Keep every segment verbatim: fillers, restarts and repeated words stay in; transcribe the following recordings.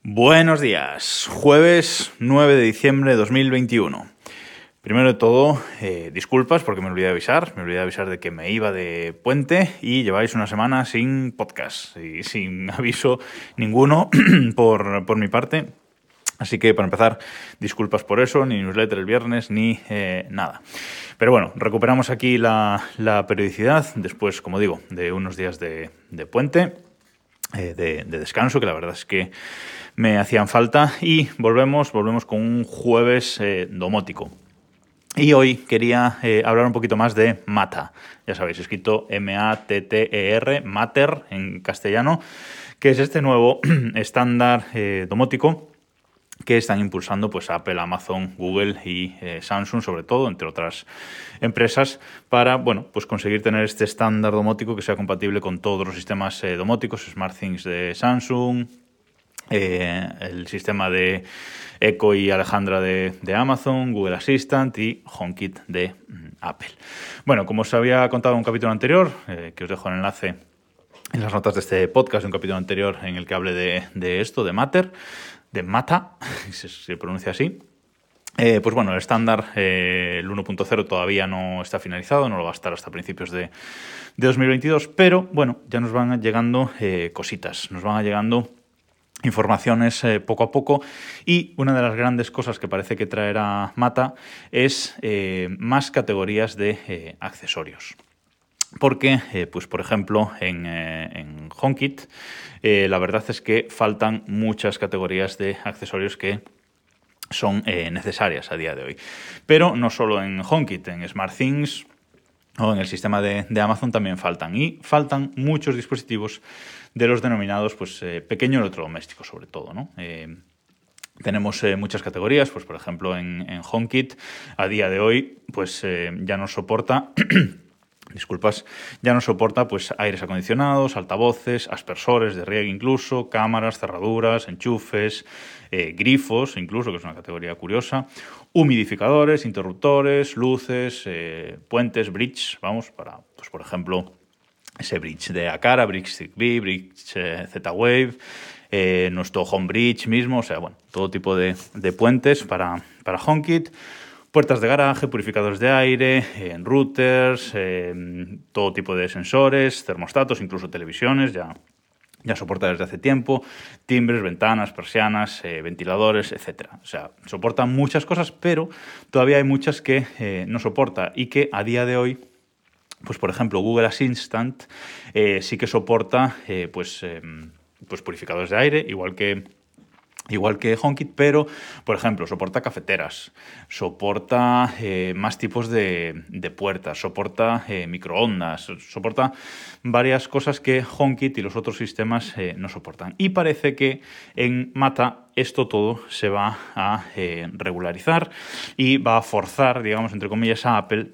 Buenos días, jueves nueve de diciembre de dos mil veintiuno. Primero de todo, eh, disculpas porque me olvidé de avisar, me olvidé de avisar de que me iba de puente y lleváis una semana sin podcast y sin aviso ninguno por, por mi parte. Así que, para empezar, disculpas por eso, ni newsletter el viernes, ni eh, nada. Pero bueno, recuperamos aquí la, la periodicidad después, como digo, de unos días de, de puente, eh, de, de descanso, que la verdad es que me hacían falta. Y volvemos, volvemos con un jueves eh, domótico. Y hoy quería eh, hablar un poquito más de Mata. Ya sabéis, escrito M A T T E R, Matter en castellano, que es este nuevo estándar eh, domótico que están impulsando pues Apple, Amazon, Google y eh, Samsung, sobre todo, entre otras empresas, para bueno, pues conseguir tener este estándar domótico que sea compatible con todos los sistemas eh, domóticos, SmartThings de Samsung, eh, el sistema de Echo y Alejandra de, de Amazon, Google Assistant y HomeKit de mm, Apple. Bueno, como os había contado en un capítulo anterior, eh, que os dejo el enlace en las notas de este podcast, un capítulo anterior en el que hablé de, de esto, de Matter, de Mata, se, se pronuncia así. Eh, pues bueno, el estándar, eh, el uno punto cero todavía no está finalizado, no lo va a estar hasta principios de, de dos mil veintidós, pero bueno, ya nos van llegando eh, cositas, nos van llegando informaciones eh, poco a poco, y una de las grandes cosas que parece que traerá Mata es eh, más categorías de eh, accesorios. Porque, eh, pues por ejemplo, en, eh, en HomeKit, eh, la verdad es que faltan muchas categorías de accesorios que son eh, necesarias a día de hoy. Pero no solo en HomeKit, en SmartThings o en el sistema de, de Amazon también faltan. Y faltan muchos dispositivos de los denominados pues, eh, pequeño electrodomésticos, sobre todo, ¿no? Eh, Tenemos eh, muchas categorías, pues por ejemplo en, en HomeKit a día de hoy pues eh, ya no soporta disculpas, ya no soporta pues aires acondicionados, altavoces, aspersores de riego incluso, cámaras, cerraduras, enchufes, eh, grifos incluso, que es una categoría curiosa, humidificadores, interruptores, luces, eh, puentes, bridge, vamos, para, pues por ejemplo, ese bridge de Aqara, bridge Zigbee, bridge eh, Z-Wave, eh, nuestro HomeBridge mismo, o sea, bueno, todo tipo de, de puentes para, para HomeKit. Puertas de garaje, purificadores de aire, eh, routers, eh, todo tipo de sensores, termostatos, incluso televisiones, ya, ya soporta desde hace tiempo, timbres, ventanas, persianas, eh, ventiladores, etcétera. O sea, soporta muchas cosas, pero todavía hay muchas que eh, no soporta y que a día de hoy, pues por ejemplo, Google Assistant eh, sí que soporta eh, pues, eh, pues purificadores de aire, igual que Igual que HomeKit, pero, por ejemplo, soporta cafeteras, soporta eh, más tipos de, de puertas, soporta eh, microondas, soporta varias cosas que HomeKit y los otros sistemas eh, no soportan. Y parece que en Mata esto todo se va a eh, regularizar y va a forzar, digamos, entre comillas, a Apple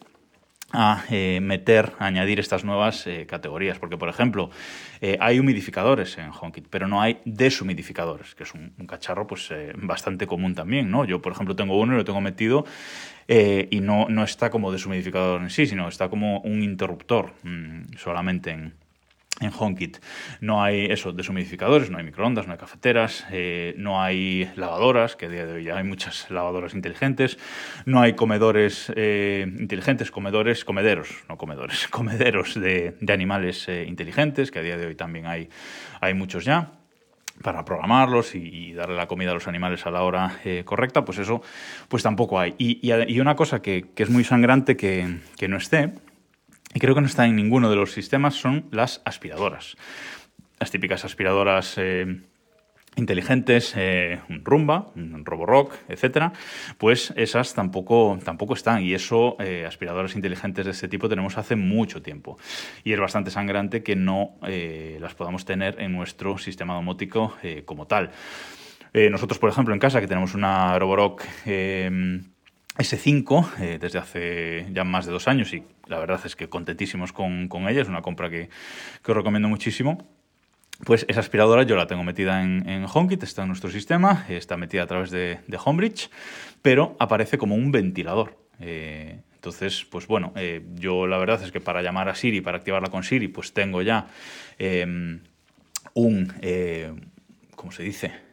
a eh, meter, a añadir estas nuevas eh, categorías. Porque, por ejemplo, eh, hay humidificadores en HomeKit, pero no hay deshumidificadores, que es un, un cacharro pues eh, bastante común también, ¿no? Yo, por ejemplo, tengo uno y lo tengo metido eh, y no, no está como deshumidificador en sí, sino está como un interruptor mmm, solamente en... En HomeKit no hay eso, deshumidificadores, no hay microondas, no hay cafeteras, eh, no hay lavadoras, que a día de hoy ya hay muchas lavadoras inteligentes, no hay comedores eh, inteligentes, comedores, comederos, no comedores, comederos de, de animales eh, inteligentes, que a día de hoy también hay, hay muchos ya, para programarlos y, y darle la comida a los animales a la hora eh, correcta, pues eso pues tampoco hay. Y, y, y una cosa que, que es muy sangrante que, que no esté, y creo que no está en ninguno de los sistemas, son las aspiradoras. Las típicas aspiradoras eh, inteligentes, eh, un Roomba, un Roborock, etcétera, pues esas tampoco, tampoco están. Y eso, eh, aspiradoras inteligentes de este tipo tenemos hace mucho tiempo. Y es bastante sangrante que no eh, las podamos tener en nuestro sistema domótico eh, como tal. Eh, nosotros, por ejemplo, en casa, que tenemos una Roborock Eh, ese cinco eh, desde hace ya más de dos años y la verdad es que contentísimos con, con ella, es una compra que, que os recomiendo muchísimo. Pues esa aspiradora yo la tengo metida en, en HomeKit, está en nuestro sistema, está metida a través de, de HomeBridge, pero aparece como un ventilador. Eh, entonces, pues bueno, eh, yo la verdad es que para llamar a Siri, para activarla con Siri, pues tengo ya eh, un, eh, ¿cómo se dice?,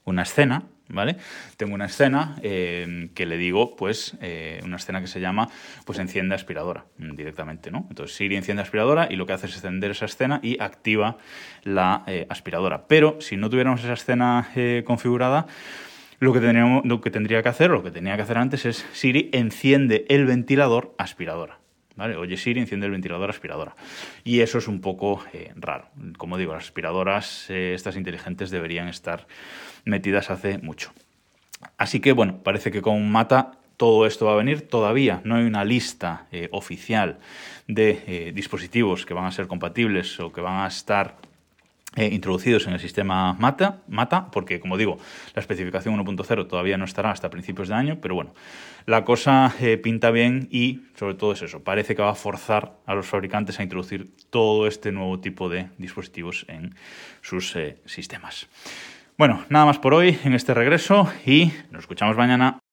una escena, ¿vale? Tengo una escena eh, que le digo, pues, eh, una escena que se llama, pues, enciende aspiradora, directamente, ¿no? Entonces, Siri enciende aspiradora y lo que hace es encender esa escena y activa la eh, aspiradora. Pero, si no tuviéramos esa escena eh, configurada, lo que, tendríamos, lo que tendría que hacer, lo que tenía que hacer antes es Siri enciende el ventilador aspiradora. ¿Vale? Oye, Siri, enciende el ventilador aspiradora. Y eso es un poco eh, raro. Como digo, las aspiradoras, eh, estas inteligentes, deberían estar metidas hace mucho. Así que, bueno, parece que con Mata todo esto va a venir. Todavía no hay una lista eh, oficial de eh, dispositivos que van a ser compatibles o que van a estar Eh, introducidos en el sistema Mata, Mata, porque, como digo, la especificación uno punto cero todavía no estará hasta principios de año, pero bueno, la cosa eh, pinta bien y, sobre todo, es eso, parece que va a forzar a los fabricantes a introducir todo este nuevo tipo de dispositivos en sus eh, sistemas. Bueno, nada más por hoy en este regreso y nos escuchamos mañana.